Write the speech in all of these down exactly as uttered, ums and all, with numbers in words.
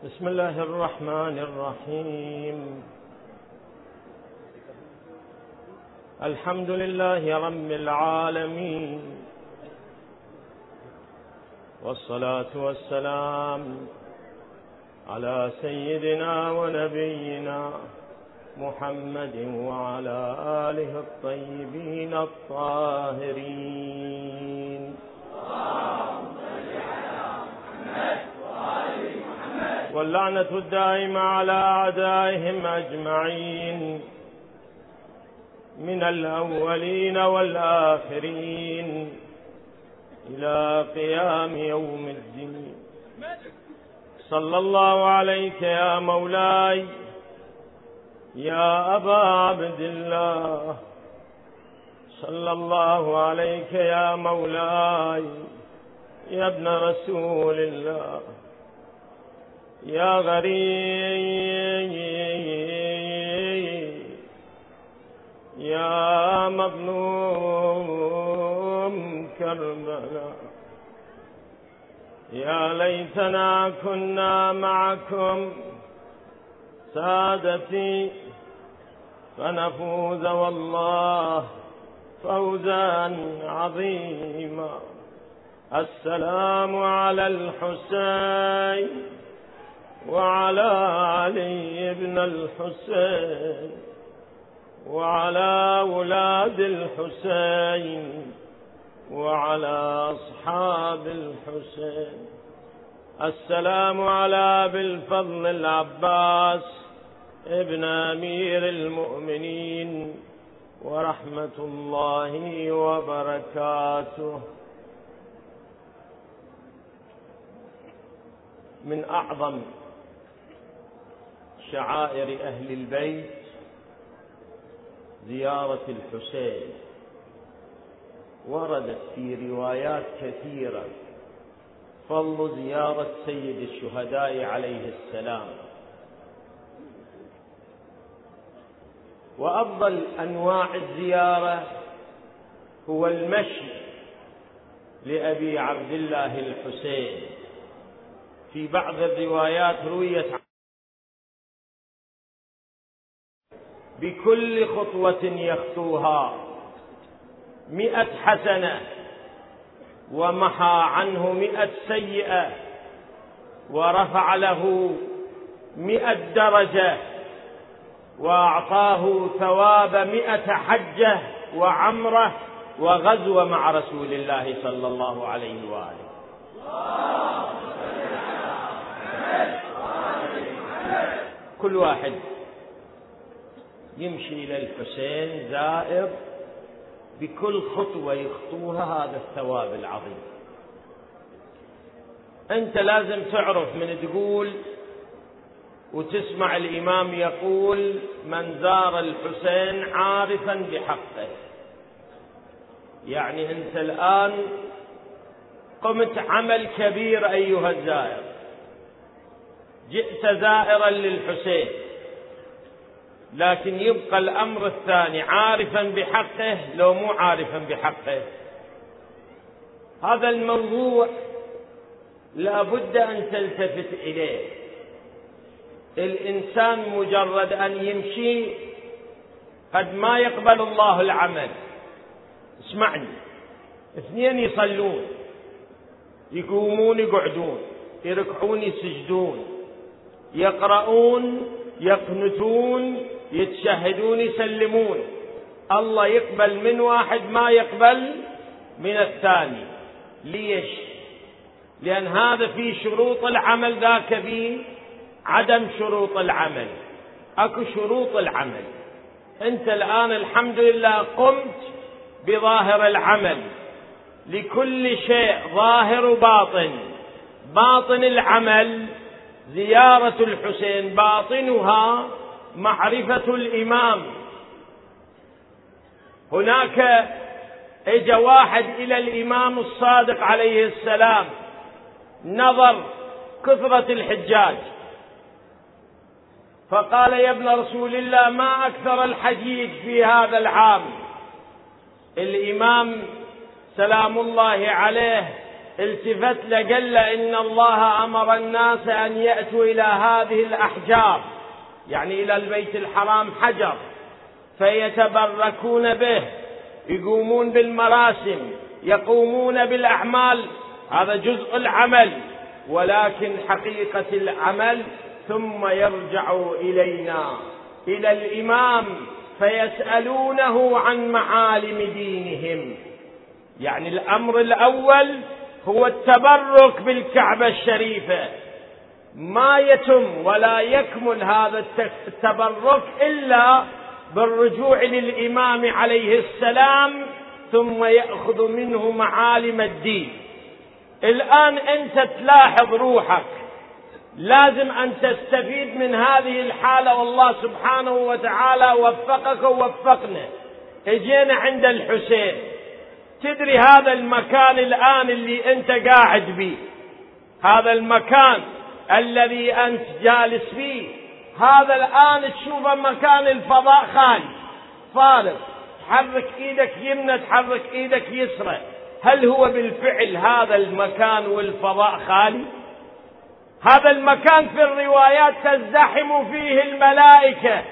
بسم الله الرحمن الرحيم. الحمد لله رب العالمين، والصلاة والسلام على سيدنا ونبينا محمد وعلى آله الطيبين الطاهرين. واللعنة الدائمة على أعدائهم أجمعين من الأولين والآخرين إلى قيام يوم الدين. صلى الله عليك يا مولاي يا أبا عبد الله، صلى الله عليك يا مولاي يا ابن رسول الله، يا غريب يا مظلوم كربلاء، يا ليتنا كنا معكم سادتي فنفوز والله فوزا عظيما. السلام على الحسين وعلى علي بن الحسين وعلى أولاد الحسين وعلى أصحاب الحسين. السلام على أبي الفضل العباس ابن أمير المؤمنين ورحمة الله وبركاته. من أعظم شعائر أهل البيت زيارة الحسين، وردت في روايات كثيرة فضل زيارة سيد الشهداء عليه السلام. وأفضل أنواع الزيارة هو المشي لأبي عبد الله الحسين. في بعض الروايات رويت بكل خطوة يخطوها مئة حسنة، ومحى عنه مئة سيئة، ورفع له مئة درجة، وأعطاه ثواب مئة حجة وعمرة وغزوة مع رسول الله صلى الله عليه وآله. كل واحد يمشي إلى الحسين زائر بكل خطوة يخطوها هذا الثواب العظيم. أنت لازم تعرف من تقول وتسمع الإمام يقول من زار الحسين عارفا بحقه، يعني أنت الآن قمت عمل كبير أيها الزائر، جئت زائرا للحسين، لكن يبقى الأمر الثاني عارفا بحقه لو مو عارفا بحقه. هذا الموضوع لا بد أن تلتفت إليه. الإنسان مجرد أن يمشي قد ما يقبل الله العمل. اسمعني، اثنين يصلون، يقومون يقعدون، يركعون يسجدون، يقرؤون يقنتون، يتشهدون يسلمون، الله يقبل من واحد ما يقبل من الثاني. ليش؟ لأن هذا في شروط العمل، ذاك في عدم شروط العمل. أكو شروط العمل. أنت الآن الحمد لله قمت بظاهر العمل، لكل شيء ظاهر وباطن. باطن العمل زيارة الحسين، باطنها معرفة الإمام. هناك اجى واحد إلى الإمام الصادق عليه السلام، نظر كثرة الحجاج، فقال يا ابن رسول الله ما أكثر الحجيج في هذا العام. الإمام سلام الله عليه التفت له قال له إن الله أمر الناس أن يأتوا إلى هذه الأحجار، يعني إلى البيت الحرام حجر، فيتبركون به، يقومون بالمراسم، يقومون بالأعمال، هذا جزء العمل، ولكن حقيقة العمل ثم يرجعوا إلينا إلى الإمام فيسألونه عن معالم دينهم. يعني الأمر الأول هو التبرك بالكعبة الشريفة، ما يتم ولا يكمل هذا التبرك إلا بالرجوع للإمام عليه السلام ثم يأخذ منه معالم الدين. الآن أنت تلاحظ روحك، لازم أن تستفيد من هذه الحالة، والله سبحانه وتعالى وفقك ووفقنا. اجينا عند الحسين، تدري هذا المكان الآن اللي أنت قاعد به، هذا المكان الذي أنت جالس فيه، هذا الآن تشوفه مكان الفضاء خالي فارغ، تحرك إيدك يمنى تحرك إيدك يسرى، هل هو بالفعل هذا المكان والفضاء خالي؟ هذا المكان في الروايات تزدحم فيه الملائكة،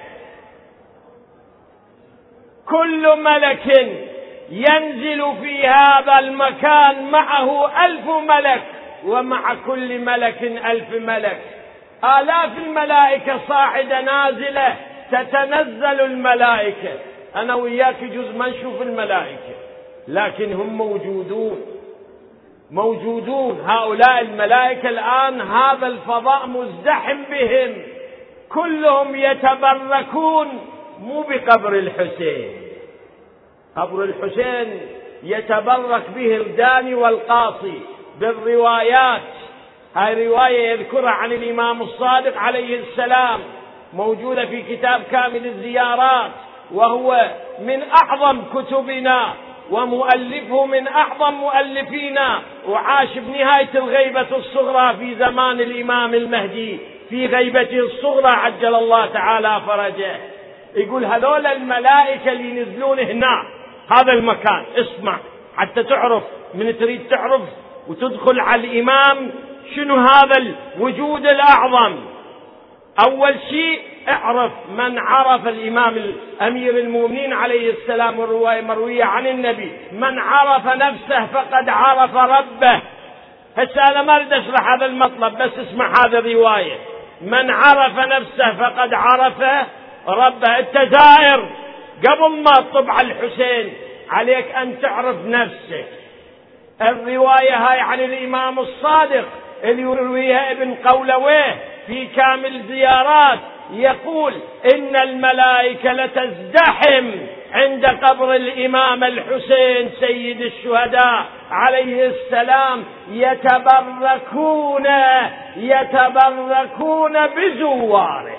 كل ملك ينزل في هذا المكان معه ألف ملك، ومع كل ملك ألف ملك، آلاف الملائكة صاعدة نازلة، تتنزل الملائكة. أنا وياك جزء ما نشوف الملائكة، لكن هم موجودون موجودون هؤلاء الملائكة الآن، هذا الفضاء مزدحم بهم، كلهم يتبركون مو بقبر الحسين، قبر الحسين يتبرك به الداني والقاصي بالروايات. هاي رواية يذكرها عن الإمام الصادق عليه السلام، موجودة في كتاب كامل الزيارات، وهو من أعظم كتبنا ومؤلفه من أعظم مؤلفينا، وعاش بنهاية الغيبة الصغرى في زمان الإمام المهدي في غيبته الصغرى عجل الله تعالى فرجه. يقول هذول الملائكة اللي ينزلون هنا هذا المكان، اسمع حتى تعرف من تريد تعرف وتدخل على الإمام شنو هذا الوجود الأعظم. أول شيء اعرف، من عرف الإمام الأمير المؤمنين عليه السلام، والرواية مروية عن النبي، من عرف نفسه فقد عرف ربه. هسه أنا ما أريد أشرح هذا المطلب، بس اسمع هذا الرواية، من عرف نفسه فقد عرف ربه. التزائر قبل ما تطب على الحسين عليك أن تعرف نفسك. الرواية هاي عن الإمام الصادق اللي يرويها ابن قولويه في كامل زيارات، يقول إن الملائكة لتزدحم عند قبر الإمام الحسين سيد الشهداء عليه السلام، يتبركون يتبركون بزواره.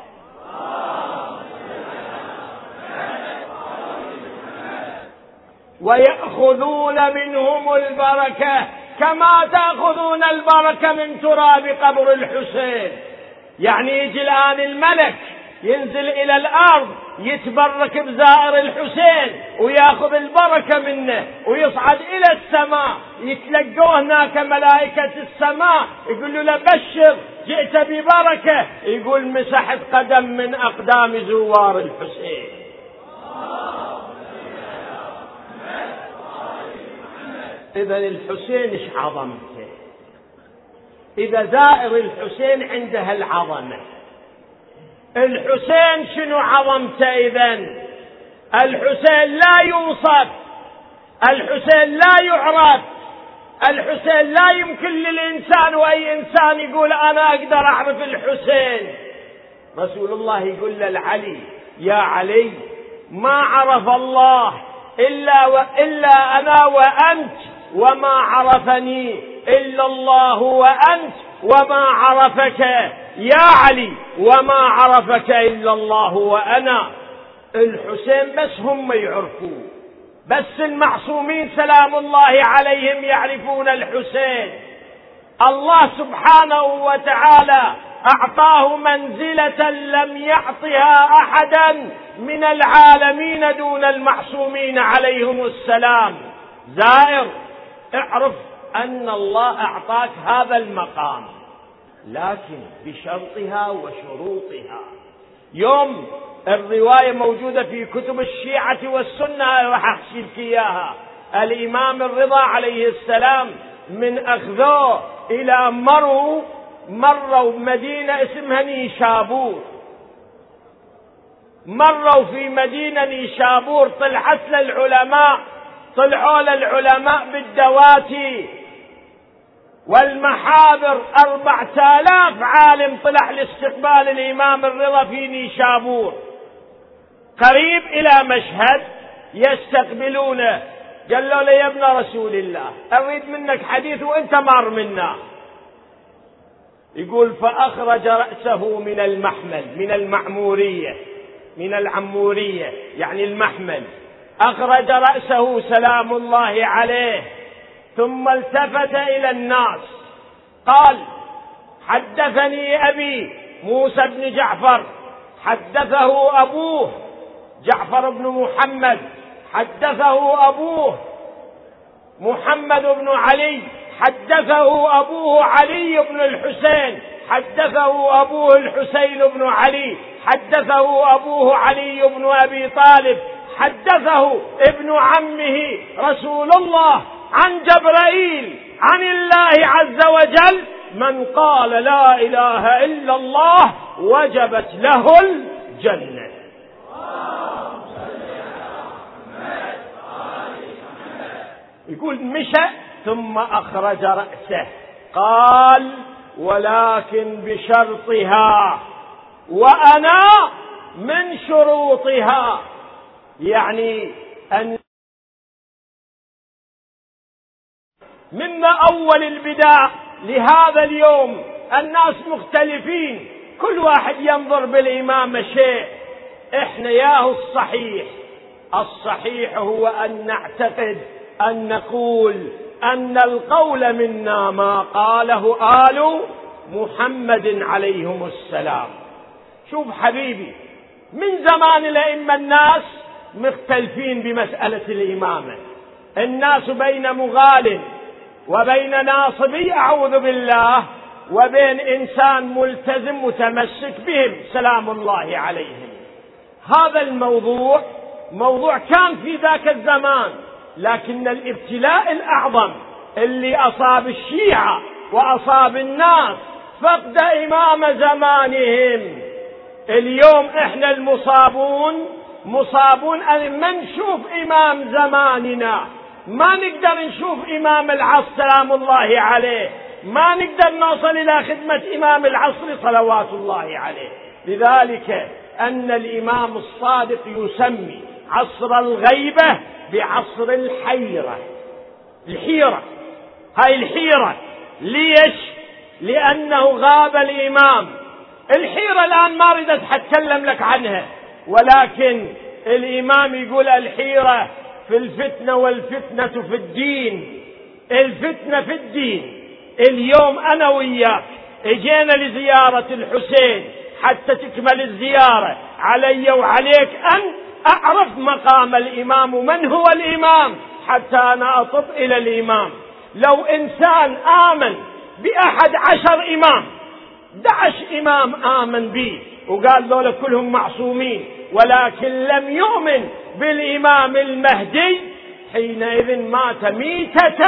ويأخذون منهم البركة كما تأخذون البركة من تراب قبر الحسين. يعني يجي الآن الملك ينزل إلى الأرض يتبرك بزائر الحسين ويأخذ البركة منه ويصعد إلى السماء، يتلقوه هناك ملائكة السماء يقول له بشر جئت ببركة، يقول مسحت قدم من أقدام زوار الحسين. إذا الحسين إيش عظمته، إذا زائر الحسين عندها العظمة. الحسين شنو عظمته؟ إذن الحسين لا يوصف، الحسين لا يعرف، الحسين لا يمكن للإنسان وأي إنسان يقول أنا أقدر أعرف الحسين. رسول الله يقول للعلي يا علي ما عرف الله إلا وإلا أنا وأنت، وما عرفني إلا الله وأنت، وما عرفك يا علي وما عرفك إلا الله وأنا. الحسين بس هم يعرفوه، بس المعصومين سلام الله عليهم يعرفون الحسين. الله سبحانه وتعالى أعطاه منزلة لم يعطها أحدا من العالمين دون المعصومين عليهم السلام. زائر اعرف أن الله أعطاك هذا المقام، لكن بشرطها وشروطها. يوم الرواية موجودة في كتب الشيعة والسنة، راح أحكي لك إياها. الإمام الرضا عليه السلام من أخذوه إلى مرو، مروا بمدينة اسمها نيشابور، مروا في مدينة نيشابور، طلعت للعلماء، طلعوا للعلماء بالدواتي والمحابر، أربعة آلاف عالم طلع لاستقبال الإمام الرضا في نيشابور، قريب إلى مشهد يستقبلونه. قالوا له يا ابن رسول الله أريد منك حديث وأنت مار منا. يقول فأخرج رأسه من المحمل، من المعمورية، من العمورية يعني المحمل، أخرج رأسه سلام الله عليه، ثم التفت إلى الناس قال حدثني أبي موسى بن جعفر، حدثه أبوه جعفر بن محمد، حدثه أبوه محمد بن علي، حدثه أبوه علي بن الحسين، حدثه أبوه الحسين بن علي، حدثه أبوه علي بن أبي طالب، حدثه ابن عمه رسول الله عن جبرائيل عن الله عز وجل من قال لا إله إلا الله وجبت له الجنة. يقول مشى ثم أخرج رأسه قال ولكن بشرطها وأنا من شروطها، يعني أن مما أول البداء لهذا اليوم الناس مختلفين، كل واحد ينظر بالإمامة شيء. إحنا ياهو الصحيح، الصحيح هو أن نعتقد أن نقول أن القول منا ما قاله آل محمد عليهم السلام. شوف حبيبي، من زمان الأئمة الناس مختلفين بمسألة الإمامة، الناس بين مغال وبين ناصبي أعوذ بالله، وبين إنسان ملتزم متمسك بهم سلام الله عليهم. هذا الموضوع موضوع كان في ذاك الزمان، لكن الابتلاء الأعظم اللي أصاب الشيعة وأصاب الناس فقد إمام زمانهم. اليوم إحنا المصابون مصابون أن ما نشوف إمام زماننا، ما نقدر نشوف إمام العصر سلام الله عليه، ما نقدر نوصل إلى خدمة إمام العصر صلوات الله عليه. لذلك أن الإمام الصادق يسمي عصر الغيبة بعصر الحيرة. الحيرة هاي الحيرة ليش؟ لأنه غاب الإمام. الحيرة الآن ما أريد أتكلم لك عنها، ولكن الإمام يقول الحيرة في الفتنة والفتنة في الدين. الفتنة في الدين. اليوم أنا وياك اجينا لزيارة الحسين حتى تكمل الزيارة، علي وعليك أن أعرف مقام الإمام ومن هو الإمام حتى أنا أطب إلى الإمام. لو إنسان آمن بأحد عشر إمام، دعش إمام آمن به وقال ذولا كلهم معصومين، ولكن لم يؤمن بالإمام المهدي، حينئذ مات ميتة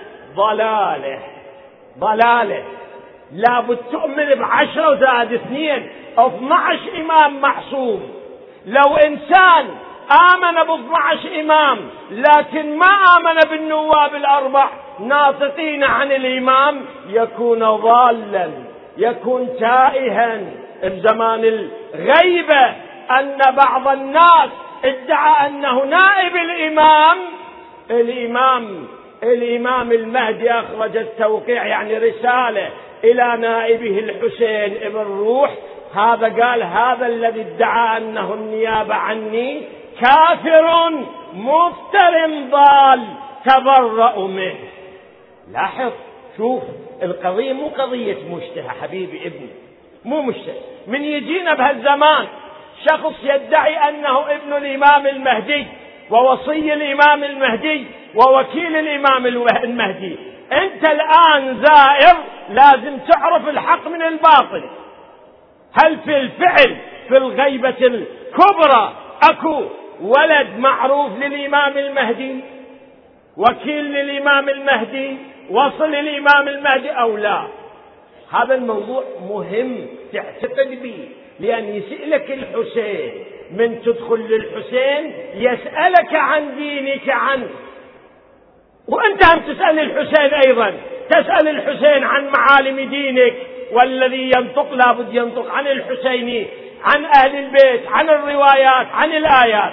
ضلالة ضلالة. لابد تؤمن بعشرة وزاد اثنين اثنى عشر إمام معصوم. لو إنسان آمن باثنى عشر إمام لكن ما آمن بالنواب الأربع ناطقين عن الإمام، يكون ضالا، يكون تائها. بزمان الغيبة أن بعض الناس ادعى أنه نائب الإمام. الإمام الإمام المهدي أخرج التوقيع يعني رسالة إلى نائبه الحسين ابن روح، هذا قال هذا الذي ادعى أنه النيابة عني كافر مفتر ضال تبرأ منه. لاحظ، شوف القضية مو قضية مشتهى حبيبي ابني، مو مشتهى. من يجينا بهالزمان شخص يدعي أنه ابن الإمام المهدي ووصي الإمام المهدي ووكيل الإمام المهدي، أنت الآن زائر، لازم تعرف الحق من الباطل. هل في الفعل في الغيبة الكبرى أكو ولد معروف للإمام المهدي، وكيل للإمام المهدي، وصل للإمام المهدي أو لا؟ هذا الموضوع مهم تعتقد به، لأن يسألك الحسين من تدخل للحسين يسألك عن دينك عنه، وأنت هم تسأل الحسين أيضا، تسأل الحسين عن معالم دينك، والذي ينطق لابد ينطق عن الحسيني، عن أهل البيت، عن الروايات، عن الآيات.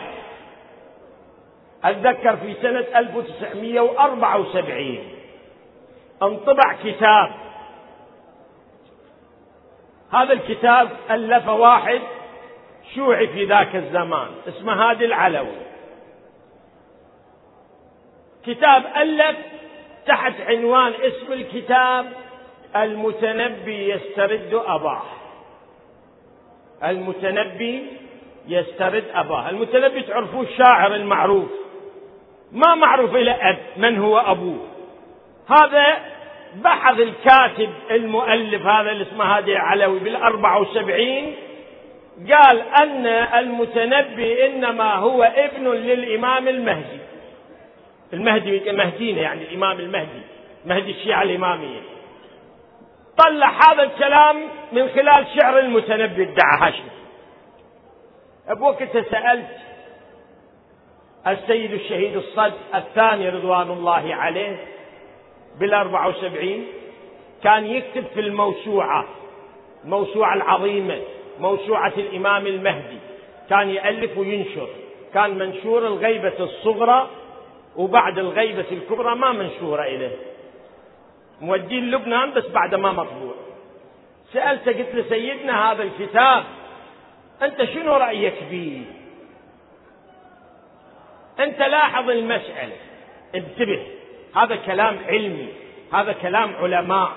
أتذكر في سنة ألف وتسعمائة وأربعة وسبعين انطبع كتاب، هذا الكتاب ألف واحد شيوعي في ذاك الزمان اسمه هادي العلوي، كتاب ألف تحت عنوان اسم الكتاب المتنبي يسترد أباه. المتنبي يسترد أباه. المتنبي تعرفوه الشاعر المعروف، ما معروف إلى أب من هو أبوه. هذا بحث الكاتب المؤلف هذا اللي اسمه هادي العلوي بالأربعة وسبعين، قال أن المتنبي إنما هو ابن للإمام المهدي. المهدي مهدينا يعني الإمام المهدي، مهدي الشيعة الإمامية. طلع هذا الكلام من خلال شعر المتنبي ادعى هاشم. بوقت سألت السيد الشهيد الصد الثاني رضوان الله عليه بالأربعة وسبعين، كان يكتب في الموسوعة، الموسوعة العظيمة موسوعة الإمام المهدي، كان يألف وينشر. كان منشور الغيبة الصغرى، وبعد الغيبة الكبرى ما منشورة إليه، مودين لبنان بس بعد ما مطبوع. سألته قلت له سيدنا هذا الكتاب أنت شنو رأيك فيه؟ أنت لاحظ المسألة، انتبه، هذا كلام علمي، هذا كلام علماء.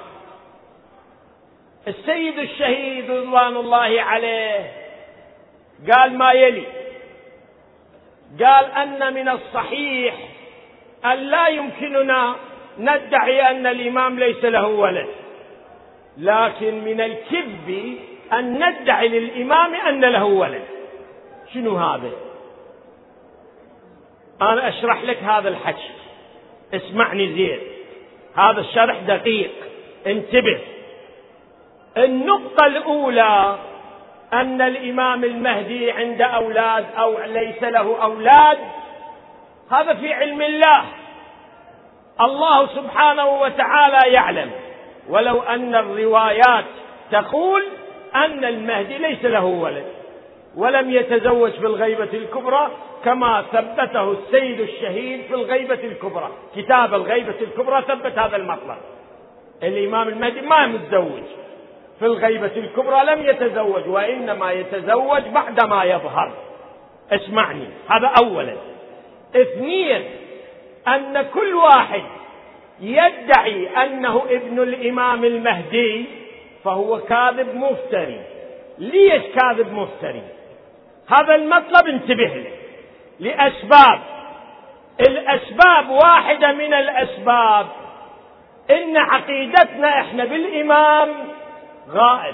السيد الشهيد رضوان الله عليه قال ما يلي، قال أن من الصحيح أن لا يمكننا ندعي أن الإمام ليس له ولد، لكن من الكذب أن ندعي للإمام أن له ولد. شنو هذا؟ أنا أشرح لك هذا الحكي، اسمعني زين، هذا الشرح دقيق، انتبه. النقطة الأولى أن الإمام المهدي عنده أولاد أو ليس له أولاد، هذا في علم الله، الله سبحانه وتعالى يعلم. ولو أن الروايات تقول أن المهدي ليس له ولد ولم يتزوج في الغيبة الكبرى، كما ثبته السيد الشهيد في الغيبة الكبرى، كتاب الغيبة الكبرى ثبت هذا المطلب. الإمام المهدي ما متزوج في الغيبة الكبرى، لم يتزوج، وإنما يتزوج بعدما يظهر. اسمعني، هذا أولا. اثنيا، أن كل واحد يدعي أنه ابن الإمام المهدي فهو كاذب مفتري. ليش كاذب مفتري؟ هذا المطلب انتبه له لأسباب. الأسباب واحدة من الأسباب إن عقيدتنا إحنا بالإمام غائب.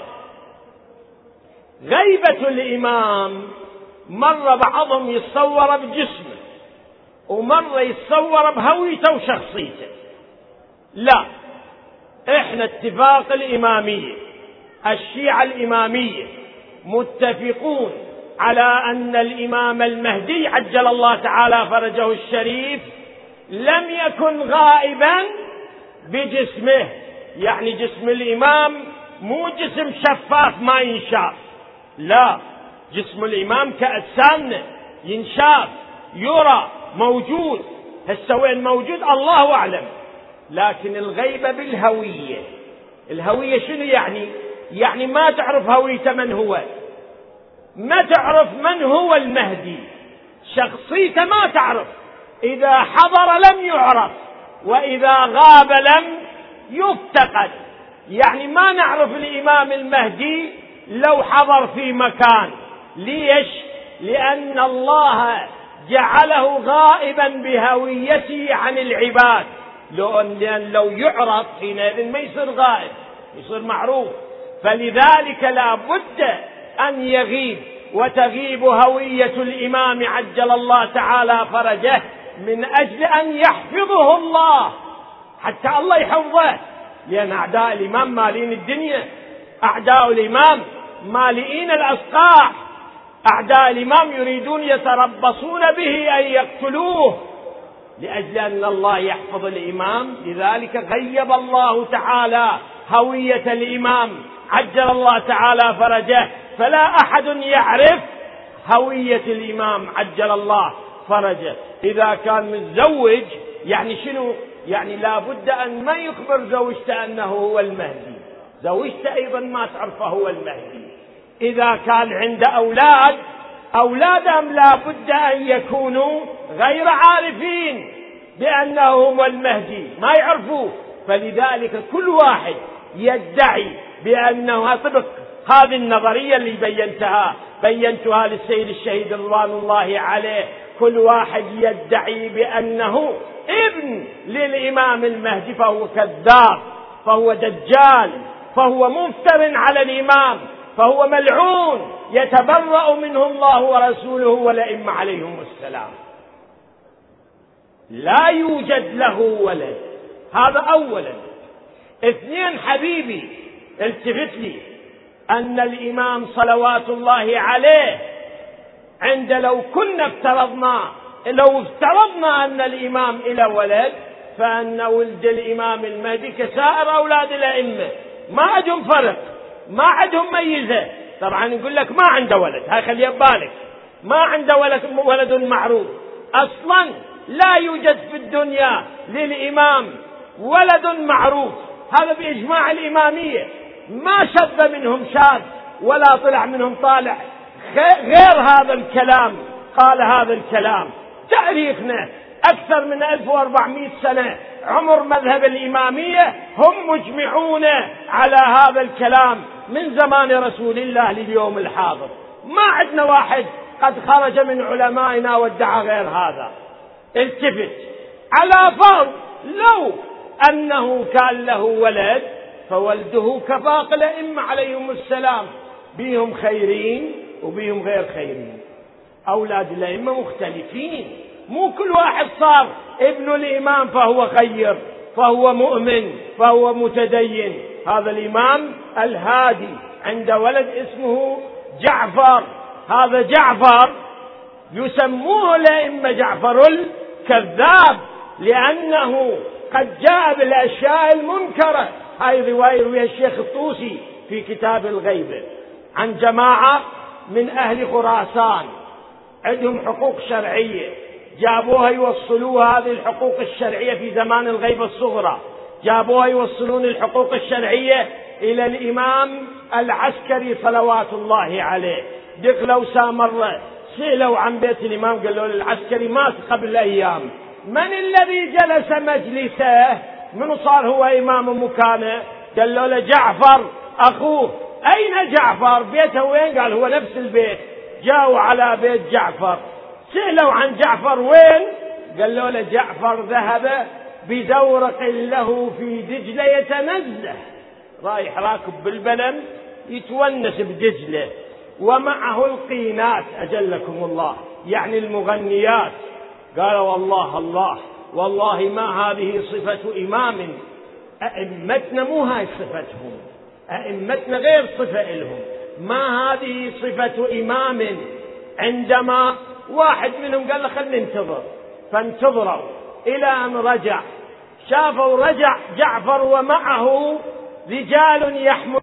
غيبة الإمام مرة بعضهم يتصور بجسمه، ومرة يتصور بهويته وشخصيته. لا، إحنا اتفاق الإمامية، الشيعة الإمامية متفقون على أن الإمام المهدي عجل الله تعالى فرجه الشريف لم يكن غائبا بجسمه. يعني جسم الإمام مو جسم شفاف ما ينشاف، لا، جسم الإمام كأجسامنا ينشاف يرى موجود. هسه وين موجود الله أعلم، لكن الغيبة بالهوية. الهوية شنو يعني؟ يعني ما تعرف هويته من هو، ما تعرف من هو المهدي، شخصيته ما تعرف، إذا حضر لم يعرف، وإذا غاب لم يفتقد. يعني ما نعرف الإمام المهدي لو حضر في مكان. ليش؟ لأن الله جعله غائبا بهويته عن العباد، لأن لو يعرف حينئذ ما يصير غائب، يصير معروف. فلذلك لا بد أن يغيب، وتغيب هوية الإمام عجل الله تعالى فرجه من أجل أن يحفظه الله، حتى الله يحفظه، لأن أعداء الإمام مالين الدنيا، أعداء الإمام مالئين الأسقاع، أعداء الإمام يريدون يتربصون به أن يقتلوه، لأجل أن الله يحفظ الإمام. لذلك غيب الله تعالى هوية الإمام عجل الله تعالى فرجه، فلا أحد يعرف هوية الإمام عجل الله فرجه. إذا كان متزوج يعني شنو؟ يعني لا بد أن ما يخبر زوجته أنه هو المهدي، زوجته أيضا ما تعرفه هو المهدي. إذا كان عنده أولاد، أولادهم لا بد أن يكونوا غير عارفين بأنه هو المهدي، ما يعرفوه. فلذلك كل واحد يدعي بأنه طبق هذه النظرية اللي بينتها بينتها للسيد الشهيد رضوان الله عليه، كل واحد يدعي بأنه ابن للإمام المهدي فهو كذاب، فهو دجال، فهو مفتر على الإمام، فهو ملعون يتبرأ منه الله ورسوله والأئمة عليهم السلام. لا يوجد له ولد، هذا أولا. اثنين حبيبي التفت لي، أن الإمام صلوات الله عليه عند لو كنا افترضنا لو افترضنا أن الإمام إلى ولد، فأن ولد الإمام المهدي كسائر أولاد الأئمة، ما عندهم فرق، ما عندهم ميزة. طبعا نقول لك ما عنده ولد، هاي خلي بالك، ما عنده ولد ولد معروف أصلا، لا يوجد في الدنيا للإمام ولد معروف، هذا بإجماع الإمامية، ما شذ منهم شاذ ولا طلع منهم طالع غير هذا الكلام، قال هذا الكلام. تاريخنا أكثر من ألف وأربعمائة سنة عمر مذهب الإمامية، هم مجمعون على هذا الكلام من زمان رسول الله لليوم الحاضر، ما عندنا واحد قد خرج من علمائنا وادعى غير هذا. التفت، على فرض لو أنه كان له ولد فولده كباقي الأئمة عليهم السلام، بيهم خيرين وبيهم غير خيرين، أولاد الأئمة مختلفين، مو كل واحد صار ابن الإمام فهو خير، فهو مؤمن، فهو متدين. هذا الإمام الهادي عند ولد اسمه جعفر، هذا جعفر يسموه الأئمة جعفر الكذاب، لأنه قد جاء بالأشياء المنكرة. هاي رواية رويها الشيخ الطوسي في كتاب الغيبة عن جماعة من أهل خراسان عندهم حقوق شرعية، جابوها يوصلوها هذه الحقوق الشرعية في زمان الغيبة الصغرى، جابوها يوصلون الحقوق الشرعية إلى الإمام العسكري صلوات الله عليه. دخلوا سامرة سئلوا عن بيت الإمام، قالوا للعسكري مات قبل أيام، من الذي جلس مجلسه؟ من صار هو إمام مكانه؟ قالوا له جعفر أخوه. أين جعفر؟ بيته وين؟ قال هو نفس البيت. جاءوا على بيت جعفر سئلوا عن جعفر وين؟ قالوا له جعفر ذهب بدورق له في دجلة يتنزه، رايح راكب بالبلم يتونس بدجلة، ومعه القينات أجلكم الله، يعني المغنيات. قال والله الله والله ما هذه صفة إمام، أئمتنا مو هاي صفتهم، أئمتنا غير صفة لهم، ما هذه صفة إمام. عندما واحد منهم قال له خلنا ننتظر، فانتظروا إلى أن رجع، شافوا رجع جعفر ومعه رجال يحمل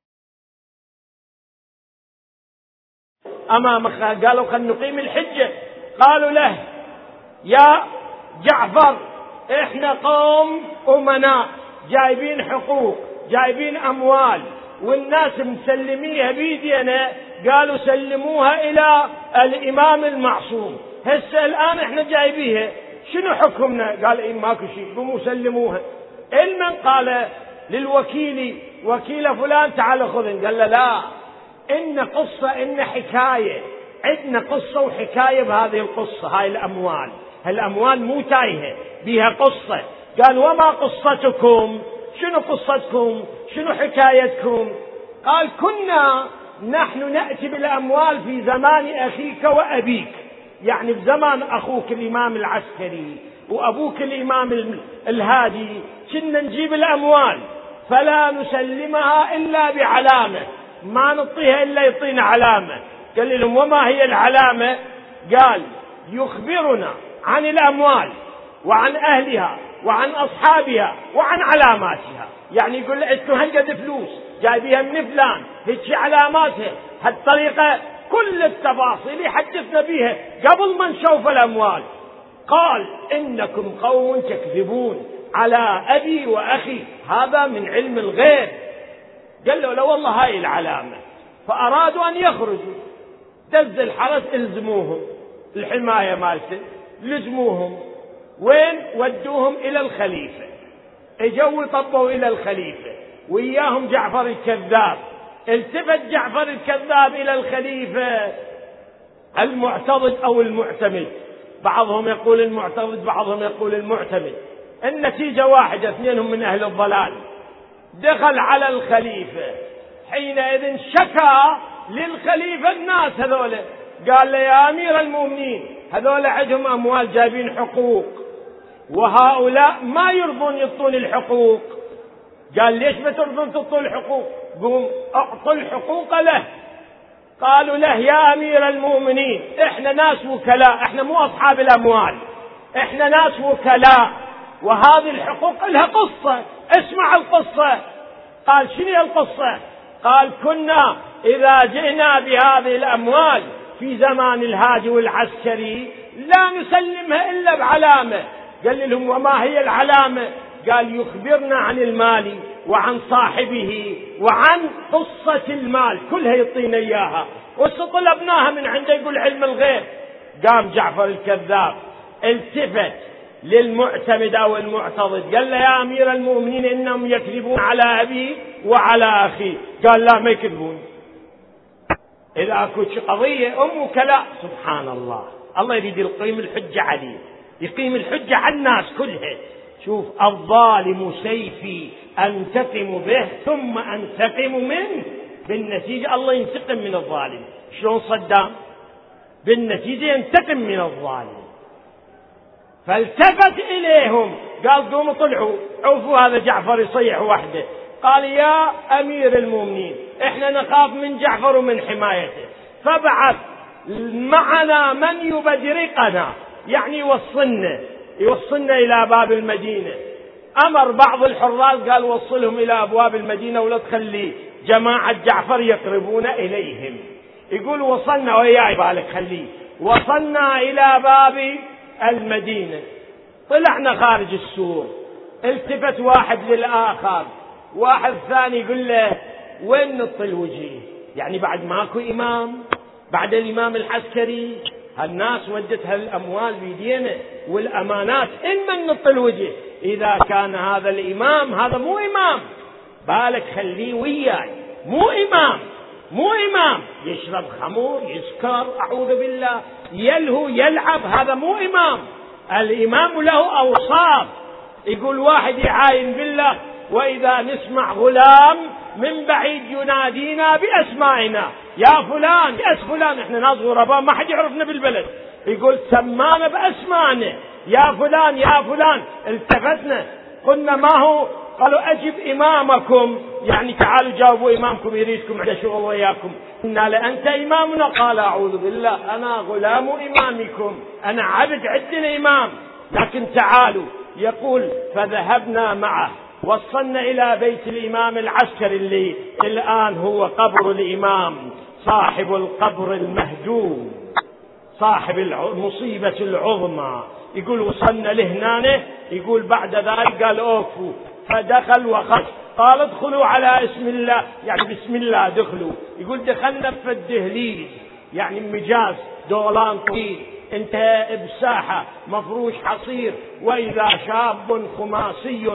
أمامه، قالوا خلنا نقيم الحجة. قالوا له يا جعفر احنا قوم أمناء جايبين حقوق جايبين أموال والناس مسلميها بيدينا، قالوا سلموها إلى الإمام المعصوم، هسه الآن احنا جايبيها شنو حكمنا؟ قال إيه ماكو شيء، قوموا سلموها. المن قال للوكيل وكيل فلان تعال خذن، قال له لا، إن قصة إن حكاية، عندنا قصة وحكاية بهذه القصة. هاي الأموال، هالأموال مو تايهة بيها قصة، قال وما قصتكم؟ شنو قصتكم؟ شنو حكايتكم؟ قال كنا نحن نأتي بالأموال في زمان أخيك وأبيك، يعني بزمان أخوك الإمام العسكري وأبوك الإمام الهادي، كنا نجيب الأموال فلا نسلمها إلا بعلامة، ما نعطيها إلا يعطينا علامة. قال لهم وما هي العلامة؟ قال يخبرنا عن الأموال وعن أهلها وعن أصحابها وعن علاماتها، يعني يقول له انتم هالقد فلوس جايبيها من فلان، هيك علاماتها، هالطريقة كل التفاصيل يحدثنا بيها قبل ما نشوف الأموال. قال إنكم قوم تكذبون على أبي وأخي، هذا من علم الغيب. قال له لا والله هاي العلامة. فأرادوا أن يخرجوا، دز الحرس الزموهم، الحماية مالته لزموهم، وين؟ ودوهم إلى الخليفة. اجوا طبوا إلى الخليفة وإياهم جعفر الكذاب. التفت جعفر الكذاب إلى الخليفة المعتضد أو المعتمد، بعضهم يقول المعتضد بعضهم يقول المعتمد، النتيجة واحدة، اثنينهم من أهل الضلال. دخل على الخليفة، حينئذ شكى للخليفة الناس هذول، قال له يا أمير المؤمنين هذول عندهم أموال جايبين حقوق، وهؤلاء ما يرضون يعطون الحقوق. قال ليش ما ترضون تعطون الحقوق؟ قوم اعطوا الحقوق له. قالوا له يا أمير المؤمنين احنا ناس وكلاء، احنا مو أصحاب الأموال، احنا ناس وكلاء، وهذه الحقوق لها قصة، اسمع القصة. قال شنو القصة؟ قال كنا إذا جئنا بهذه الأموال في زمان الهادي والعسكري لا نسلمها إلا بعلامة. قال لهم وما هي العلامة؟ قال يخبرنا عن المال وعن صاحبه وعن قصة المال كلها يعطينا إياها، وطلبناها من عنده، يقول علم الغيب. قام جعفر الكذاب التفت للمعتمد أو المعتضد، قال له يا أمير المؤمنين إنهم يكذبون على أبي وعلى أخي. قال لا ما يكذبون، إذا أكو قضية أم وكلاء. سبحان الله، الله يريد يقيم الحجة عليه، يقيم الحجة على الناس كلها. شوف الظالم سيفي أنتقم به ثم أنتقم منه، بالنتيجة الله ينتقم من الظالم. شلون صدام؟ بالنتيجة ينتقم من الظالم. فالتفت إليهم قال قوموا طلعوا، عوفوا هذا جعفر يصيح وحده. قال يا أمير المؤمنين احنا نخاف من جعفر ومن حمايته، فبعث معنا من يبدرقنا، يعني يوصلنا يوصلنا إلى باب المدينة. أمر بعض الحراس قال وصلهم إلى أبواب المدينة ولا تخلي جماعة جعفر يقربون إليهم. يقول وصلنا وياي بالك خليه، وصلنا إلى باب المدينة، طلعنا خارج السور، التفت واحد للآخر، واحد ثاني يقول له وين نطي الوجه؟ يعني بعد ماكو إمام، بعد الإمام العسكري هالناس ودت هالأموال بيدينا والأمانات، إن من نطي الوجه؟ إذا كان هذا الإمام هذا مو إمام، بالك خليه وياي، مو إمام مو إمام، يشرب خمور يسكر أعوذ بالله، يلهو يلعب، هذا مو إمام. الإمام له أوصاف، يقول واحد يعاين بالله وإذا نسمع غلام من بعيد ينادينا بأسمائنا، يا فلان يا فلان، احنا ناس غرباء ما حد يعرفنا بالبلد، يقول سمانا بأسمائنا يا فلان يا فلان. التفتنا قلنا ما هو؟ قالوا أجب إمامكم، يعني تعالوا جاوبوا إمامكم يريدكم على شغل وياكم. قلنا لأنت إمامنا؟ قال أعوذ بالله أنا غلام إمامكم، أنا عبد عندنا إمام، لكن تعالوا. يقول فذهبنا معه، وصلنا إلى بيت الإمام العسكري اللي الآن هو قبر الإمام، صاحب القبر المهجوم، صاحب المصيبة العظمى. يقول وصلنا لهنانه، يقول بعد ذلك قال أوفوا، فدخل وخرج، قال ادخلوا على اسم الله، يعني بسم الله دخلوا. يقول دخلنا في الدهليز، يعني مجاز دولان طويل، انتهى بساحة مفروش حصير، وإذا شاب خماسي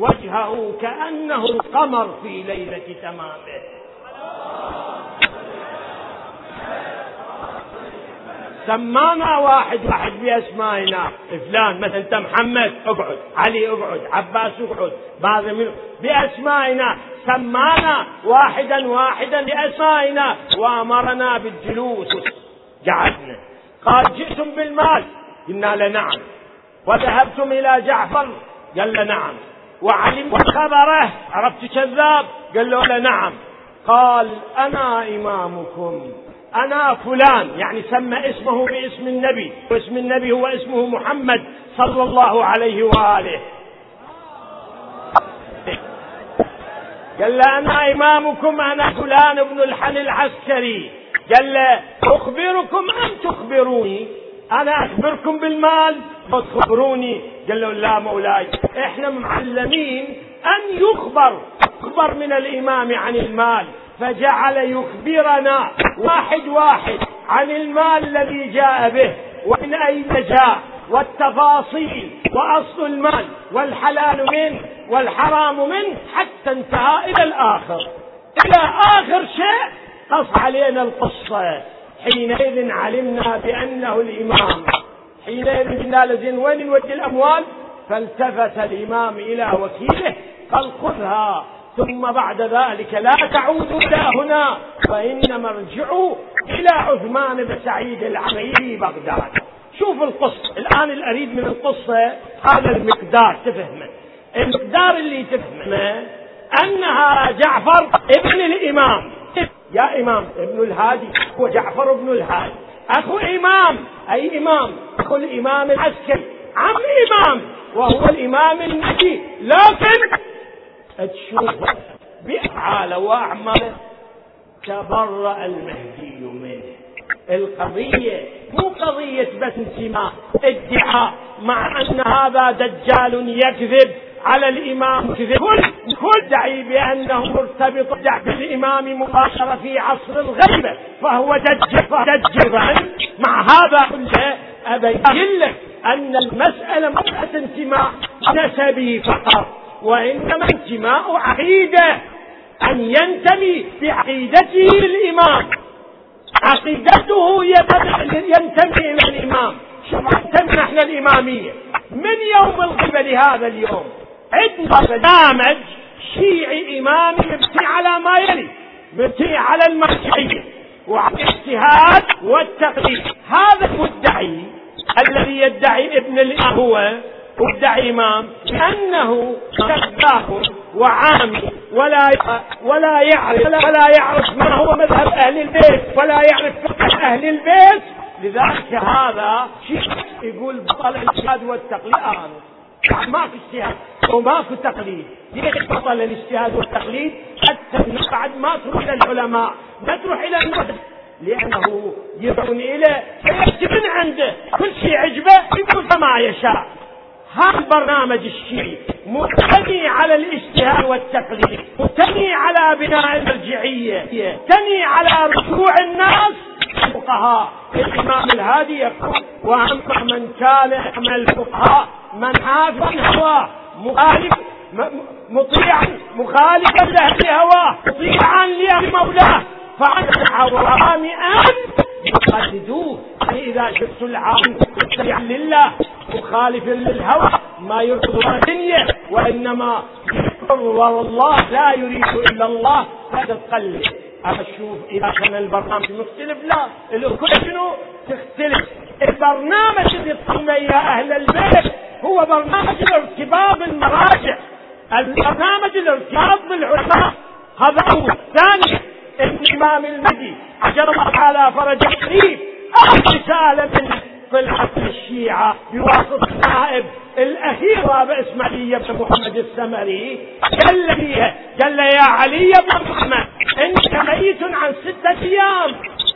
وجهه كأنه القمر في ليلة تمامه. سمانا واحد واحد بأسمائنا، فلان مثلا أنت محمد اقعد، علي اقعد، عباس اقعد، بعض منه بأسمائنا، سمانا واحدا واحدا بأسمائنا وأمرنا بالجلوس. قعدنا، قال جئتم بالمال، قلنا له نعم. وذهبتم إلى جعفر، قال له نعم. وعلمت خبره، عرفت كذاب، قال له نعم. قال أنا إمامكم، أنا فلان، يعني سمى اسمه باسم النبي، واسم النبي هو اسمه محمد صلى الله عليه وآله. قال له أنا إمامكم، أنا فلان ابن الحل العسكري. قال له أخبركم أم تخبروني؟ أنا أخبركم بالمال أو تخبروني؟ قال له لا مولاي، إحنا معلمين أن يخبر يخبر من الإمام عن المال. فجعل يخبرنا واحد واحد عن المال الذي جاء به، ومن أين جاء، والتفاصيل، وأصل المال، والحلال منه والحرام منه، حتى انتهى إلى الآخر، إلى آخر شيء قص علينا القصة. حينئذ علمنا بأنه الإمام. حينئذ قلنا لزين وين نودي الأموال؟ فالتفت الإمام إلى وكيله قال خذها، ثم بعد ذلك لا تعودوا إلى هنا، وإنما ارجعوا إلى عثمان بن سعيد العميري بغداد. شوف القصة الآن، الأريد من القصة هذا المقدار تفهمه. المقدار اللي تفهمه أنها جعفر ابن الإمام، يا إمام ابن الهادي، هو جعفر ابن الهادي، أخو إمام، أي إمام، أخو الإمام العسكري، عم إمام، وهو الإمام المهدي. لكن تشوف بأفعاله وأعماله تبرأ المهدي منه. القضية مو قضية بس انتماء، ادعاء، مع أن هذا دجال يكذب على الإمام كذب. كل كل دعي بأنه مرتبط بالإمام مباشرة في عصر الغيبة فهو دجال. دجال مع هذا كله أبين لك أن المسألة مش انتماء نسبي فقط، وإنما انتماء عقيدة، أن ينتمي بعقيدته للإمام. عقيدته ينتمي إلى الإمام. شوف ننتمي نحن الإمامية من يوم الغيبة لهذا اليوم. عندنا برنامج شيعي إمامي مبني على ما يلي، مبني على المرجعية وعلى الاجتهاد والتقليد. هذا المدعي الذي يدعي ابن الإمام هو مدعي إمام لأنه كذاب وعامي، ولا ولا يعرف ولا يعرف ما هو مذهب أهل البيت، ولا يعرف فقه أهل البيت. لذلك هذا شيء يقول بطل الاجتهاد والتقليد. آه. ماكو اجتهاد وماكو تقليد. ليش بطل الاجتهاد والتقليد؟ حتى بعد ما تروح إلى العلماء، ما تروح إلى المذهب، لأنه يدعون إليه فيكتب من عنده كل شيء عجبه يقول كما يشاء. هذا البرنامج الشيعي مبتني على الاجتهاد والتقليد، مبتني على بناء المرجعية، مبتني على رجوع الناس الفقهاء. الإمام الهادي يقول وأما من كان من الفقهاء من حافظ هواه مخالف مطيعا مخالفا لأهل هواه مطيعا لأهل مولاه فعن العوام أن يقلدوه. إذا شفت العام متبعا لله مخالف للهوى ما يرفض الدنيا وإنما يرضى الله لا يريد إلا الله فتتقلد. أشوف إذا كان البرنامج مختلف، لا الكل شنو تختلف. البرنامج اللي يطلنا يا أهل البيت هو برنامج الارتباط بالمراجع، البرنامج الارتباط بالعلماء. هذا أول. ثاني الإمام المهدي عجل الله تعالى فرج قريب أخذ رسالة في الحق الشيعة بواسطة نائب الأخير بابا إسماعيل بن محمد السمري. قال فيها قال يا علي بن محمد إنك ميت عن ستة أيام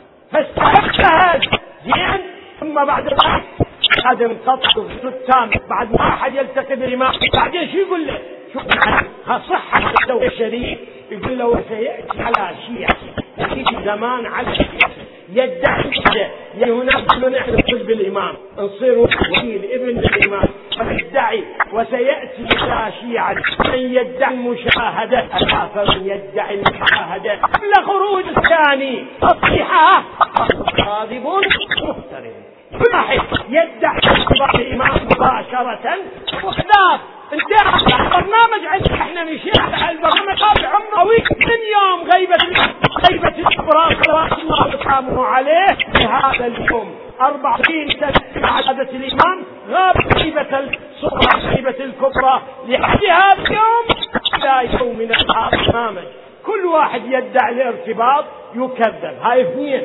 فاستحقت زين. ثم بعد ذلك قد انقطع التام بعد ما أحد يلتقي بالإمام. بعدين شو يقول له؟ شوف صحة الدولة الشريف يقول له وسيأتي على شيعة يأتي زمان على شيعة يدعي كده يعني هناك نحن بالإمام نصير وكيل ابن الإمام يدعي وسيأتي إلى شيعة من يدعي المشاهدة فمن يدعي المشاهدة قبل خروج الثاني تصحيحه كاذب مفترٍ. واحد يدعي ارتباط الإمام مباشرة وحدات انتهى البرنامج عندنا احنا نشيع البرنامج قابل عمره من يوم غيبة غيبة الكبرى صلوات الله وسلامه عليه لهذا اليوم أربعين سنة عادة الإمام غاب غيبة الصغرى غيبة الكبرى لحد هذا اليوم لا يوم من البرنامج كل واحد يدعي الارتباط يكذب. هاي اثنين.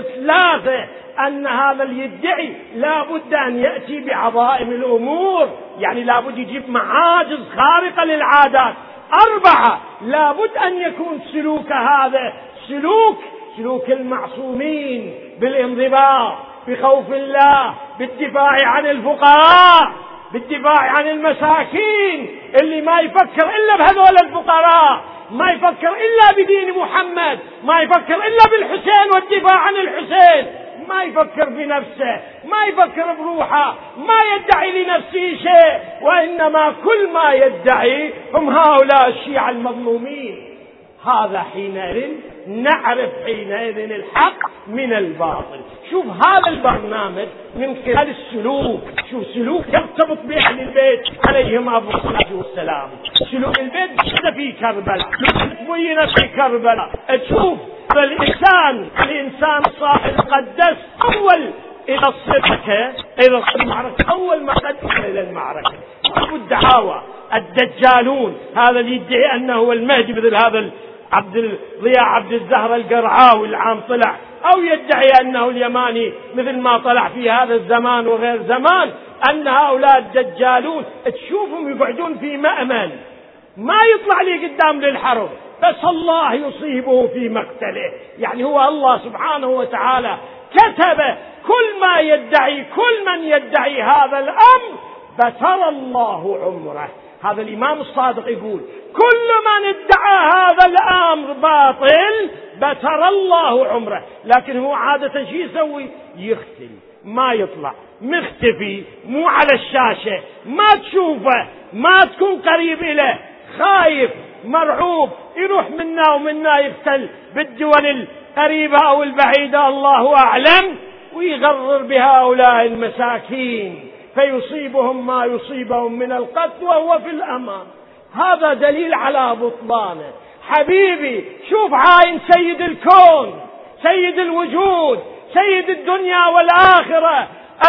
ثلاثة أن هذا اللي يدعي لا بد أن يأتي بعظائم الأمور، يعني لا بد يجيب معاجز خارقة للعادات. أربعة لا بد أن يكون سلوك هذا سلوك سلوك المعصومين بالانضباط بخوف الله بالدفاع عن الفقراء بالدفاع عن المساكين اللي ما يفكر إلا بهذول الفقراء، ما يفكر إلا بدين محمد، ما يفكر إلا بالحسين والدفاع عن الحسين، ما يفكر بنفسه، ما يفكر بروحه، ما يدعي لنفسه شيء، وإنما كل ما يدعي هم هؤلاء الشيعة المظلومين. هذا حينئذ نعرف حينئذ الحق من الباطل. شوف هذا البرنامج من خلال السلوك، شوف سلوك يرتبط بأهل البيت عليهم أفضل الصلاة والسلام. سلوك البيت في كربلاء بين في كربلاء. تشوف الإنسان الإنسان الصاحب المقدس أول إلى الصدقة إلى المعركة أول ما قدم إلى المعركة. أبو الدعاوى الدجالون هذا اللي يدعي أنه هو المهدي مثل هذا عبد ضياء عبد الزهرة القرعاوي العام طلع، أو يدعي أنه اليماني مثل ما طلع في هذا الزمان وغير زمان، أن هؤلاء الدجالون تشوفهم يقعدون في مأمن ما يطلع لي قدام للحرب، بس الله يصيبه في مقتله. يعني هو الله سبحانه وتعالى كتب كل ما يدعي كل من يدعي هذا الأمر بتر الله عمره. هذا الإمام الصادق يقول كل من ادعى هذا الأمر باطل بتر الله عمره. لكن هو عادة شيء يسوي؟ يختل، ما يطلع، مختفي، مو على الشاشة، ما تشوفه، ما تكون قريب إليه، خايف مرعوب، يروح منا ومنا يختل بالدول القريبة أو البعيدة الله أعلم، ويغرر بهؤلاء المساكين فيصيبهم ما يصيبهم من القتل وهو في الأمان. هذا دليل على بطلانه. حبيبي شوف عاين سيد الكون سيد الوجود سيد الدنيا والآخرة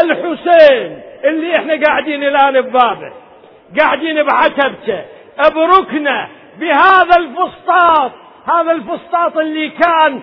الحسين اللي احنا قاعدين الآن ببابه، قاعدين بعتبته بركنه بهذا الفسطاط، هذا الفسطاط اللي كان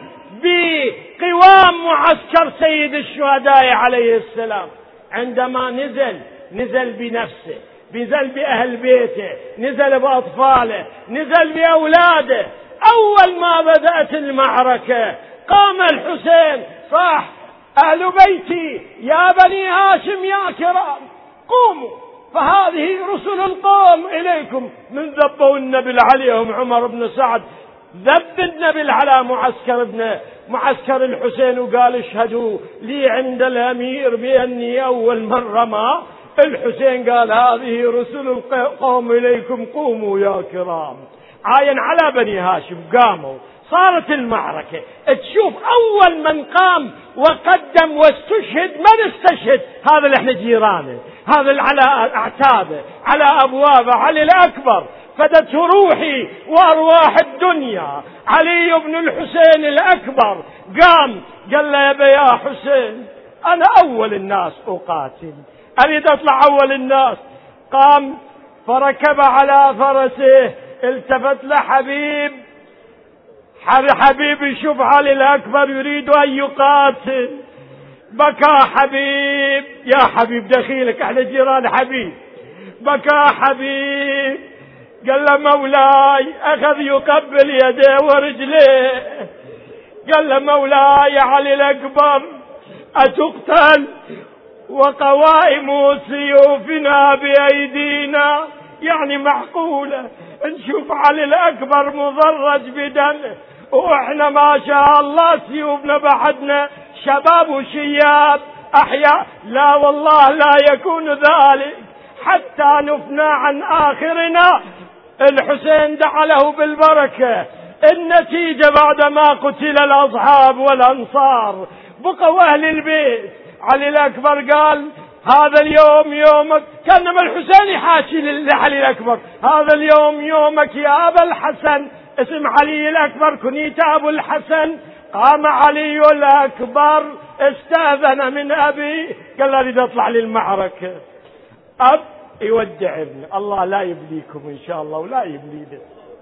بقوام معسكر سيد الشهداء عليه السلام. عندما نزل نزل بنفسه، نزل بأهل بيته، نزل بأطفاله، نزل بأولاده. أول ما بدأت المعركة قام الحسين صاح أهل بيتي يا بني هاشم يا كرام قوموا فهذه رسل القوم إليكم. من ذبوا النبي عليهم عمر بن سعد ذب النبي على معسكر ابن معسكر الحسين وقال اشهدوا لي عند الأمير بأني أول من رمى. الحسين قال هذه رسل القوم إليكم قوموا يا كرام. عاين على بني هاشم قاموا، صارت المعركة. تشوف أول من قام وقدم واستشهد من استشهد؟ هذا اللي احنا جيرانه، هذا اللي على أعتابه على أبوابه، علي الأكبر فدته روحي وأرواح الدنيا علي بن الحسين الأكبر. قام قال له يا يا حسين أنا أول الناس أقاتل، أريد أطلع أول الناس. قام فركب على فرسه، التفت لحبيب حبيب يشوف علي الأكبر يريد أن يقاتل. بكى حبيب، يا حبيب دخيلك احنا جيران حبيب. بكى حبيب قال له مولاي، أخذ يقبل يديه ورجليه. قال له مولاي علي الأكبر أتقتل وقوائم سيوفنا بأيدينا؟ يعني معقولة نشوف علي الأكبر مضرج بدمه وإحنا ما شاء الله سيوفنا بعدنا شباب وشياب أحياء؟ لا والله لا يكون ذلك حتى نفنى عن آخرنا. الحسين دعا له بالبركة. النتيجة بعدما قتل الأصحاب والأنصار بقوا أهل البيت. علي الأكبر قال هذا اليوم يومك، كانما الحسين يحاكي لعلي الأكبر، هذا اليوم يومك يا أبا الحسن. اسم علي الأكبر كنيت أبو الحسن. قام علي الأكبر استأذن من أبي، قال له أريد أطلع للمعركة. أب يودع ابنه. الله لا يبليكم إن شاء الله ولا يبلينا،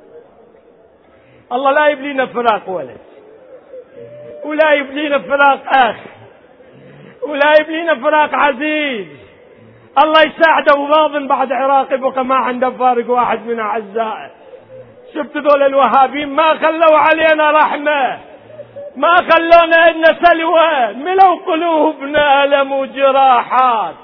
الله لا يبلينا فراق ولد، ولا يبلينا فراق أخ، ولا يبلينا فراق عزيز. الله يساعده وغاضن بعد عراقي بقى ما عنده فارق واحد من أعزائه. شفت ذول الوهابين ما خلوا علينا رحمة، ما خلونا إن سلوى، ملوا قلوبنا ألم وجراحات.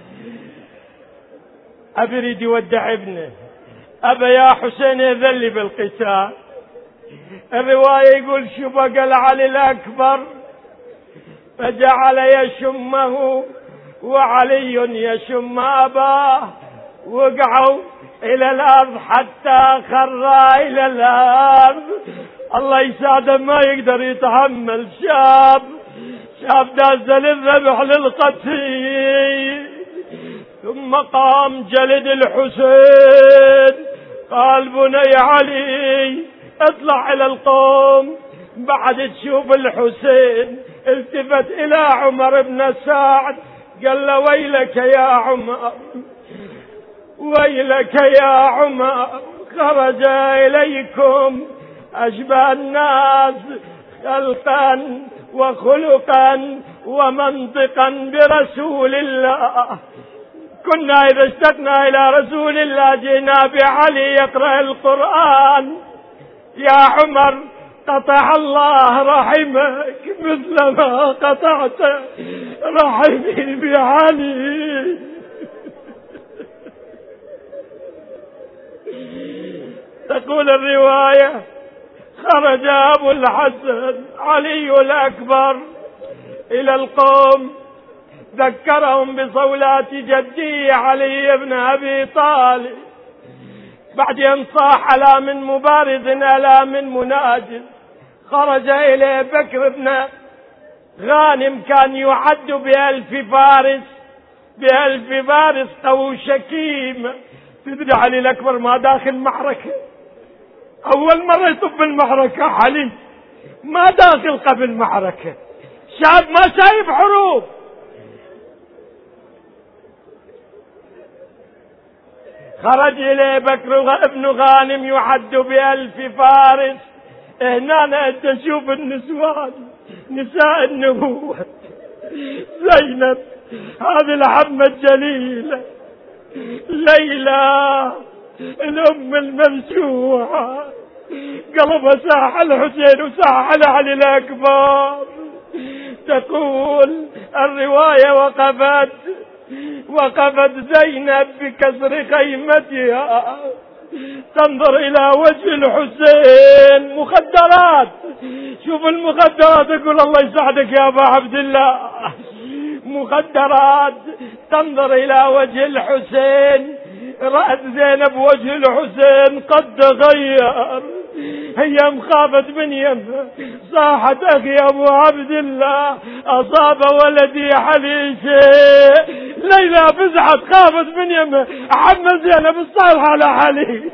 أبي يريد يودع ابنه. أبا يا حسين يذلي بالقتال. الرواية يقول شو بقى علي الأكبر فجعل يشمه وعلي يشم أباه، وقعوا إلى الأرض حتى خر إلى الأرض. الله يساعده ما يقدر يتحمل. شاب شاب داز للذبح للقتيل. ثم قام جلد الحسين قال بني علي اطلع إلى القوم. بعد تشوف الحسين التفت إلى عمر بن سعد قال له ويلك يا عمر، ويلك يا عمر، خرج إليكم أشبه الناس خلقا وخلقا ومنطقا برسول الله. كنا إذا اشتقنا إلى رسول الله جئنا بعلي يقرأ القرآن. يا عمر قطع الله رحمك مثل ما قطعت رحمي بعلي. تقول الرواية خرج أبو الحسن علي الأكبر إلى القوم، ذكرهم بصولات جدي علي بن أبي طالب. بعدين صاح على من مبارز ألا من مناجز. خرج إليه بكر بن غانم كان يعد بألف فارس، بألف فارس قوي شكيم. تدري علي الأكبر ما داخل معركة، أول مرة يطب المعركة علي، ما داخل قبل معركة، شاب ما شايف حروب. خرج إليه بكر ابن غانم يعد بألف فارس. هنا أنت تشوف النسوان، نساء النبوة، زينب هذه العمة الجليلة، ليلى الأم الممسوحة، قلبها ساح الحسين وساح علي الأكبر. تقول الرواية وقفت وقفت زينب بكسر خيمتها تنظر إلى وجه الحسين. مخدرات، شوف المخدرات. يقول الله يساعدك يا أبا عبد الله. مخدرات. تنظر إلى وجه الحسين، رأت زينب وجه الحسين قد تغير. هي مخافت من يمه، صاحت أخي أبو عبد الله أصاب ولدي علي شيء. ليلى فزعت خافت من يمه، عم زينب الصالحة على علي.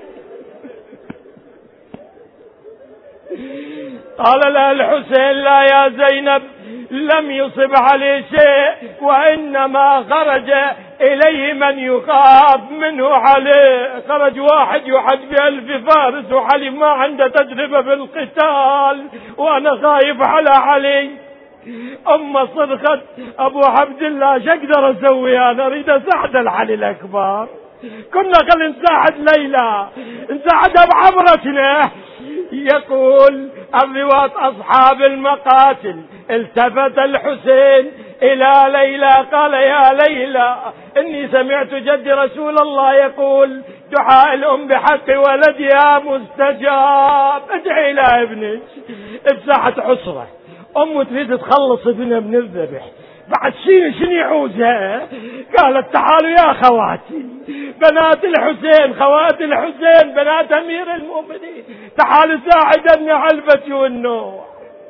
قال لها الحسين لا يا زينب، لم يصب عليه شيء، وإنما خرج إليه من يخاف منه عليه. خرج واحد يحج بألف فارس وعلي ما عنده تجربة بالقتال، وأنا خايف على علي. أما صرخت أبو عبد الله شو أقدر أسوي؟ أنا أريد أساعد العلي الأكبر. كنا خل نساعد ليلى، نساعدها بعبرتنا. يقول الرواة أصحاب المقاتل التفت الحسين إلى ليلى قال يا ليلى إني سمعت جد رسول الله يقول دعاء الأم بحق ولدها مستجاب. ادعي إلى ابنك بساحة عسرة، أم تريد تخلص ابنها من الذبح، بعد شنو شنو يعوزها؟ قالت تعالوا يا خواتي بنات الحسين، خوات الحسين بنات امير المؤمنين، تعالوا ساعدني على البكي والنوع.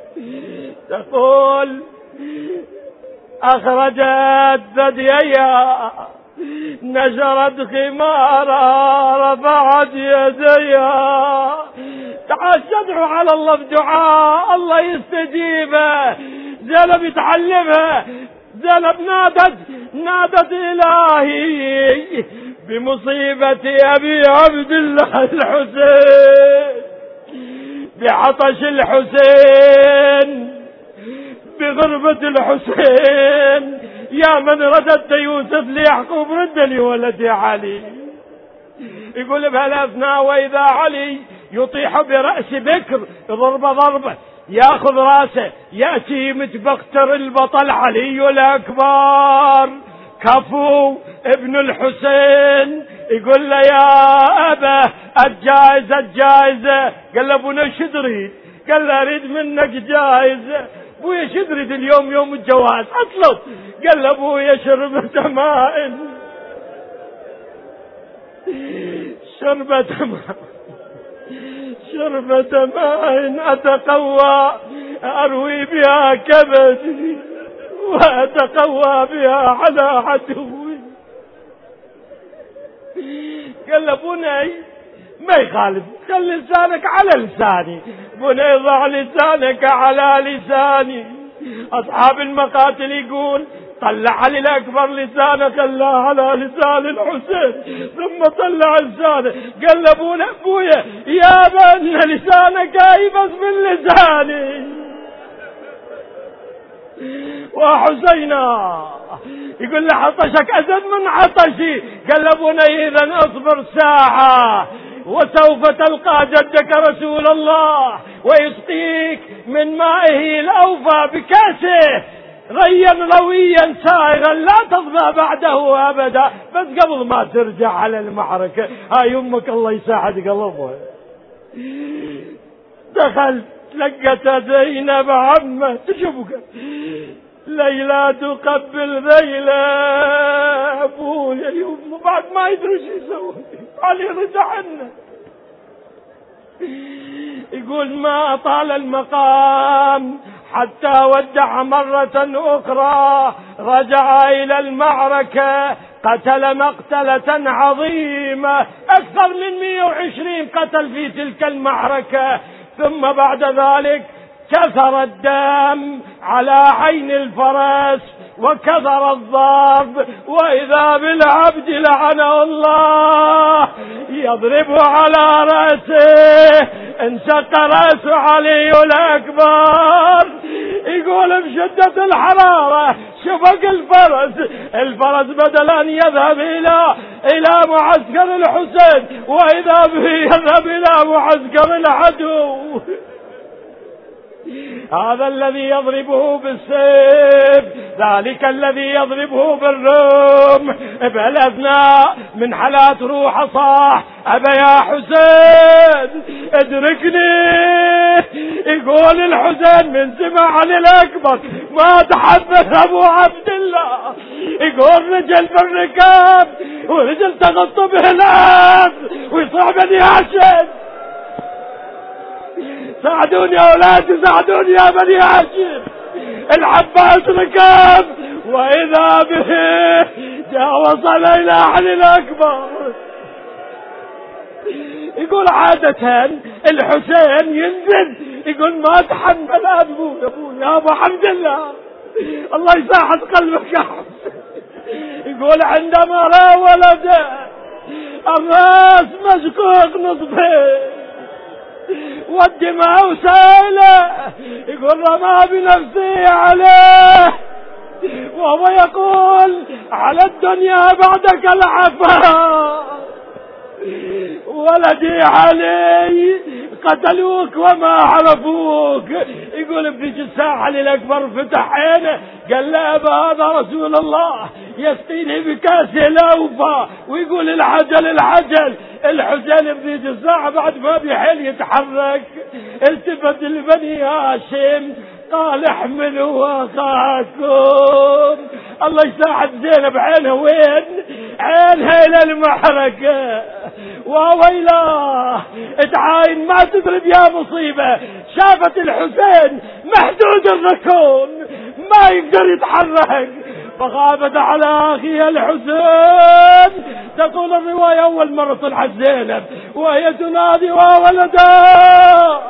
تقول اخرجت ثدييها نشرت خمارها رفعت يديها، تعال تدعو على الله بدعاء الله يستجيبه. زينب يتعلمها، زينب نادت نادت إلهي بمصيبة أبي عبد الله الحسين، بعطش الحسين، بغربة الحسين، يا من رددت يوسف ليعقوب رد لي ولدي علي. يقول بهالأثناء وإذا علي يطيح برأس بكر ضربة ضربة ياخذ راسه، يأتي متبختر البطل علي الأكبر كفو ابن الحسين، يقول له يا أبا الجائزة الجائزة. قال له ابونا شو تريد؟ قال له اريد منك جائزة. ابويا شو تريد اليوم يوم الجواز؟ اطلب. قال له ابويا شربة ماء، شربة ماء، شربة ماء أتقوى أروي بها كبدي وأتقوى بها على عدوي. قال له بني ما يخالف، خلي لسانك على لساني. بني ضع لسانك على لساني. أصحاب المقاتل يقول طلع علي الأكبر لسانه خلاه على لسان الحسين، ثم طلع لسانه قال له ابونا ابويا يا بن لسانك يبس من لساني. وحسينا يقول له عطشك أزد من عطشي. قال له ابونا إذا اصبر ساعة وسوف تلقى جدك رسول الله ويسقيك من مائه الأوفى بكاسه غيا رويا سائغا لا تظفى بعده أبدا. بس قبل ما ترجع على المعركة هاي أمك الله يساعد قلبها. دخلت لقت زينب عمه تشوفك ليلى تقبل ذيلى أبويا يوم بعد ما يدري شو يسوي علي رجع عنه. يقول ما طال المقام حتى ودع مرة أخرى، رجع إلى المعركة قتل مقتلة عظيمة، أكثر من مئة وعشرين قتل في تلك المعركة. ثم بعد ذلك كثر الدم على عين الفرس وكثر الضرب، وإذا بالعبد لعنه الله يضرب على رأسه، انشق رأس علي الأكبر. يقول بشدة الحرارة شفق الفرس، الفرس بدل أن يذهب إلى إلى معسكر الحسين وإذا به يذهب إلى معسكر العدو. هذا الذي يضربه بالسيف، ذلك الذي يضربه بالرمح. بهالأثناء من حالات روح صاح أبا يا حسين ادركني. يقول الحسين من سمع علي الأكبر ما تحدث أبو عبد الله، يقول رجل بالركاب ورجل تغطى به الأرض ويصيح بني هاشم. ساعدوني يا أولادي، ساعدوني يا بني هاشم. العباس ركب وإذا به جاء وصل إلى علي الأكبر. يقول عادة الحسين ينزل يقول ما تحمل أبو أبو يا أبو حمد الله الله يساعد قلبك يا حسين. يقول عندما رأى ولده الرأس مشقوق نصفين والدماء سائلة، يقول رمى بنفسه عليه وهو يقول على الدنيا بعدك العفا. ولدي علي قتلوك وما عرفوك. يقول بذيك الساعة علي الأكبر فتح عينه قال له أبا هذا رسول الله يسقيني بكاس الأوفى، ويقول العجل العجل. الحسين بذيك الساعة بعد ما بيحل يتحرك التفت لبني هاشم قال احملوا أخاكم. الله يساعد زينب، عينها وين؟ عينها إلى المحرقة. وويلاه تعاين ما تدري يا مصيبة، شافت الحسين محدود الركون ما يقدر يتحرك، فغابت على أخيها الحسين. تقول الرواية أول مرة طلعت زينب وهي تنادي وولدا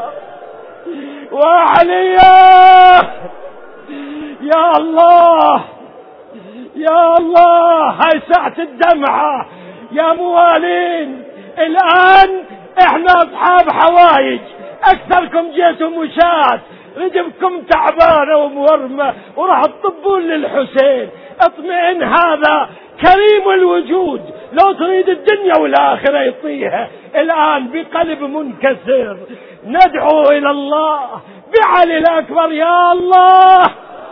وعليا. يا الله يا الله، هاي ساعة الدمعة يا موالين. الآن احنا اصحاب حوايج، اكثركم جيتوا مشاة، رجبكم تعبانة ومورمة وراح تطبون للحسين. اطمئن، هذا كريم الوجود، لو تريد الدنيا والآخرة يعطيها. الآن بقلب منكسر ندعو إلى الله بعلي الأكبر. يا الله،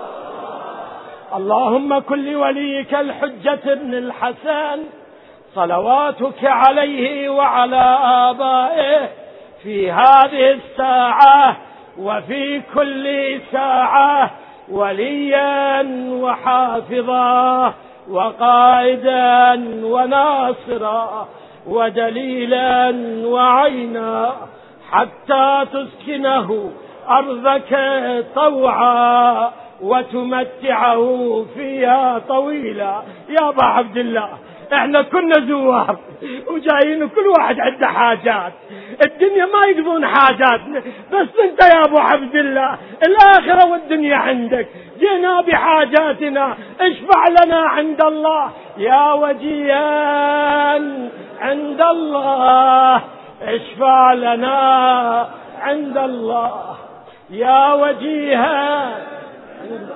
اللهم كن لوليك الحجة بن الحسن صلواتك عليه وعلى آبائه في هذه الساعة وفي كل ساعة وليا وحافظا وقائدا وناصرا ودليلا وعينا، حتى تسكنه أرضك طوعا وتمتعه فيها طويلا. يا أبا عبد الله، احنا كنا زوار وجايين وكل واحد عنده حاجات، الدنيا ما يقضون حاجاتنا، بس انت يا ابو عبد الله الاخرة والدنيا عندك، جينا بحاجاتنا، اشفع لنا عند الله يا وجيها عند الله، اشفع لنا عند الله يا وجيها عند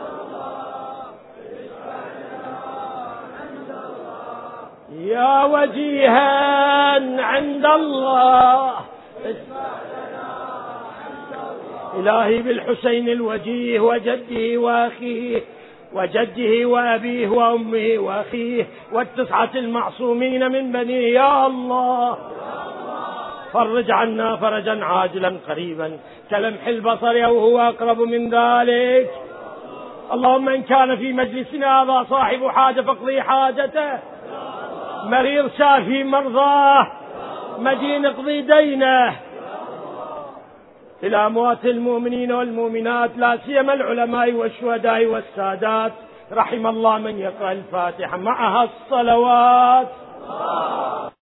يا وجيها عند الله. إلهي بالحسين الوجيه وجده وأخيه وجده وأبيه وأمه وأخيه والتسعة المعصومين من بنيه، يا الله فرج عنا فرجا عاجلا قريبا كلمح البصر أو هو أقرب من ذلك. اللهم إن كان في مجلسنا هذا صاحب حاجة فاقضي حاجته، مريض شافي مرضاه، مدين اقضي دينه. إلى أموات المؤمنين والمؤمنات لا سيما العلماء والشهداء والسادات، رحم الله من يقرأ الفاتحة معها الصلوات.